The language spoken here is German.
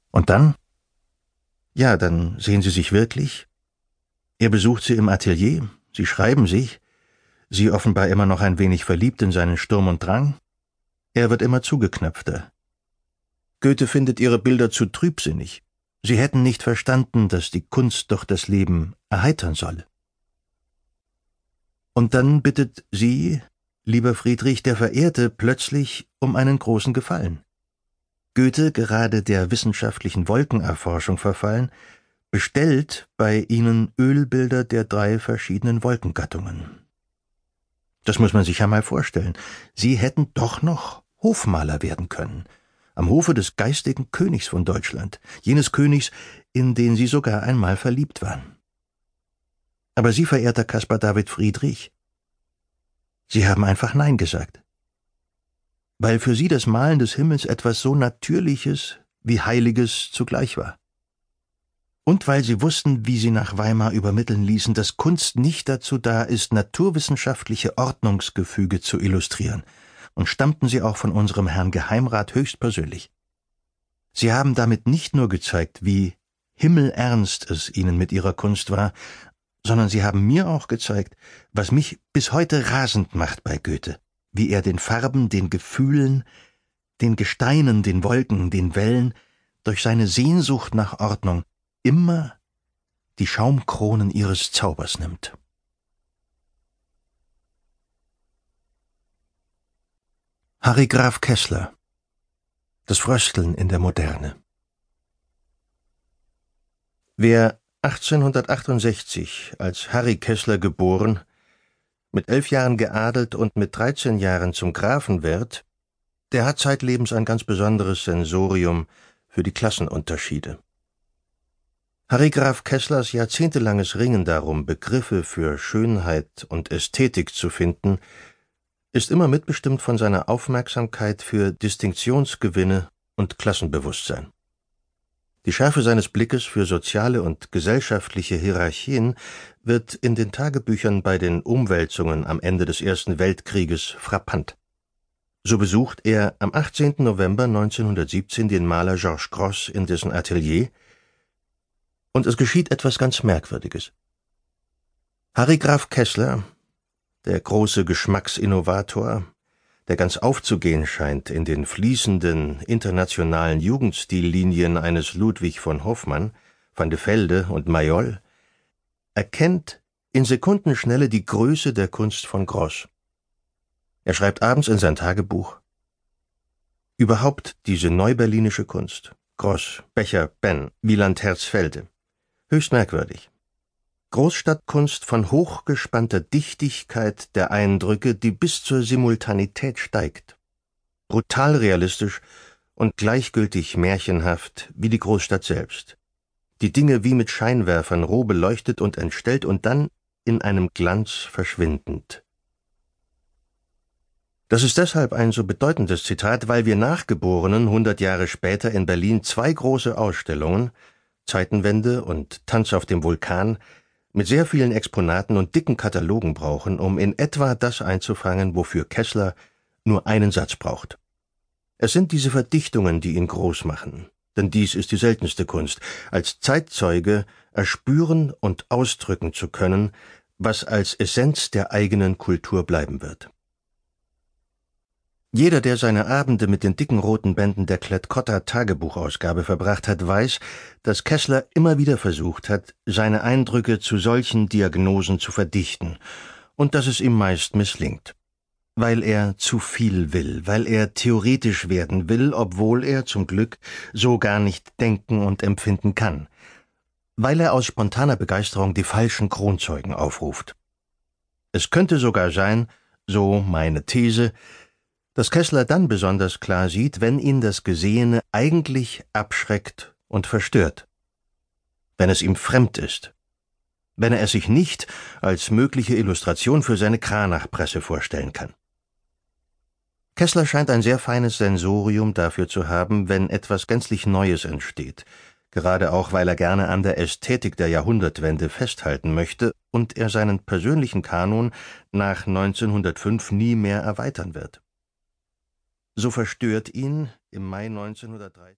Und dann? Ja, dann sehen Sie sich wirklich. Er besucht Sie im Atelier, Sie schreiben sich, Sie offenbar immer noch ein wenig verliebt in seinen Sturm und Drang. Er wird immer zugeknöpfter. Goethe findet Ihre Bilder zu trübsinnig. Sie hätten nicht verstanden, dass die Kunst doch das Leben erheitern solle. Und dann bittet Sie, lieber Friedrich, der Verehrte, plötzlich um einen großen Gefallen. Goethe, gerade der wissenschaftlichen Wolkenerforschung verfallen, bestellt bei Ihnen Ölbilder der 3 verschiedenen Wolkengattungen. Das muss man sich ja mal vorstellen. Sie hätten doch noch Hofmaler werden können. Am Hofe des geistigen Königs von Deutschland, jenes Königs, in den Sie sogar einmal verliebt waren. Aber Sie, verehrter Caspar David Friedrich, Sie haben einfach Nein gesagt. Weil für Sie das Malen des Himmels etwas so Natürliches wie Heiliges zugleich war. Und weil Sie wussten, wie Sie nach Weimar übermitteln ließen, dass Kunst nicht dazu da ist, naturwissenschaftliche Ordnungsgefüge zu illustrieren, und stammten Sie auch von unserem Herrn Geheimrat höchstpersönlich. Sie haben damit nicht nur gezeigt, wie himmelernst es Ihnen mit Ihrer Kunst war, sondern Sie haben mir auch gezeigt, was mich bis heute rasend macht bei Goethe, wie er den Farben, den Gefühlen, den Gesteinen, den Wolken, den Wellen durch seine Sehnsucht nach Ordnung immer die Schaumkronen ihres Zaubers nimmt. Harry Graf Kessler. Das Frösteln in der Moderne. Wer 1868 als Harry Kessler geboren, mit 11 Jahren geadelt und mit 13 Jahren zum Grafen wird, der hat zeitlebens ein ganz besonderes Sensorium für die Klassenunterschiede. Harry Graf Kesslers jahrzehntelanges Ringen darum, Begriffe für Schönheit und Ästhetik zu finden, ist immer mitbestimmt von seiner Aufmerksamkeit für Distinktionsgewinne und Klassenbewusstsein. Die Schärfe seines Blickes für soziale und gesellschaftliche Hierarchien wird in den Tagebüchern bei den Umwälzungen am Ende des Ersten Weltkrieges frappant. So besucht er am 18. November 1917 den Maler Georges Grosz in dessen Atelier, und es geschieht etwas ganz Merkwürdiges. Harry Graf Kessler, der große Geschmacksinnovator, der ganz aufzugehen scheint in den fließenden internationalen Jugendstillinien eines Ludwig von Hofmann, Van de Velde und Mayol, erkennt in Sekundenschnelle die Größe der Kunst von Grosz. Er schreibt abends in sein Tagebuch: Überhaupt diese neuberlinische Kunst, Grosz, Becher, Ben, Wieland Herzfelde, höchst merkwürdig. Großstadtkunst von hochgespannter Dichtigkeit der Eindrücke, die bis zur Simultanität steigt. Brutal realistisch und gleichgültig märchenhaft wie die Großstadt selbst. Die Dinge wie mit Scheinwerfern roh beleuchtet und entstellt und dann in einem Glanz verschwindend. Das ist deshalb ein so bedeutendes Zitat, weil wir Nachgeborenen 100 Jahre später in Berlin 2 große Ausstellungen, Zeitenwende und Tanz auf dem Vulkan, mit sehr vielen Exponaten und dicken Katalogen brauchen, um in etwa das einzufangen, wofür Kessler nur einen Satz braucht. Es sind diese Verdichtungen, die ihn groß machen, denn dies ist die seltenste Kunst, als Zeitzeuge erspüren und ausdrücken zu können, was als Essenz der eigenen Kultur bleiben wird. Jeder, der seine Abende mit den dicken roten Bänden der Klett-Cotta Tagebuchausgabe verbracht hat, weiß, dass Kessler immer wieder versucht hat, seine Eindrücke zu solchen Diagnosen zu verdichten und dass es ihm meist misslingt. Weil er zu viel will, weil er theoretisch werden will, obwohl er zum Glück so gar nicht denken und empfinden kann. Weil er aus spontaner Begeisterung die falschen Kronzeugen aufruft. Es könnte sogar sein, so meine These, dass Kessler dann besonders klar sieht, wenn ihn das Gesehene eigentlich abschreckt und verstört. Wenn es ihm fremd ist. Wenn er es sich nicht als mögliche Illustration für seine Cranach-Presse vorstellen kann. Kessler scheint ein sehr feines Sensorium dafür zu haben, wenn etwas gänzlich Neues entsteht, gerade auch, weil er gerne an der Ästhetik der Jahrhundertwende festhalten möchte und er seinen persönlichen Kanon nach 1905 nie mehr erweitern wird. So verstört ihn im Mai 1930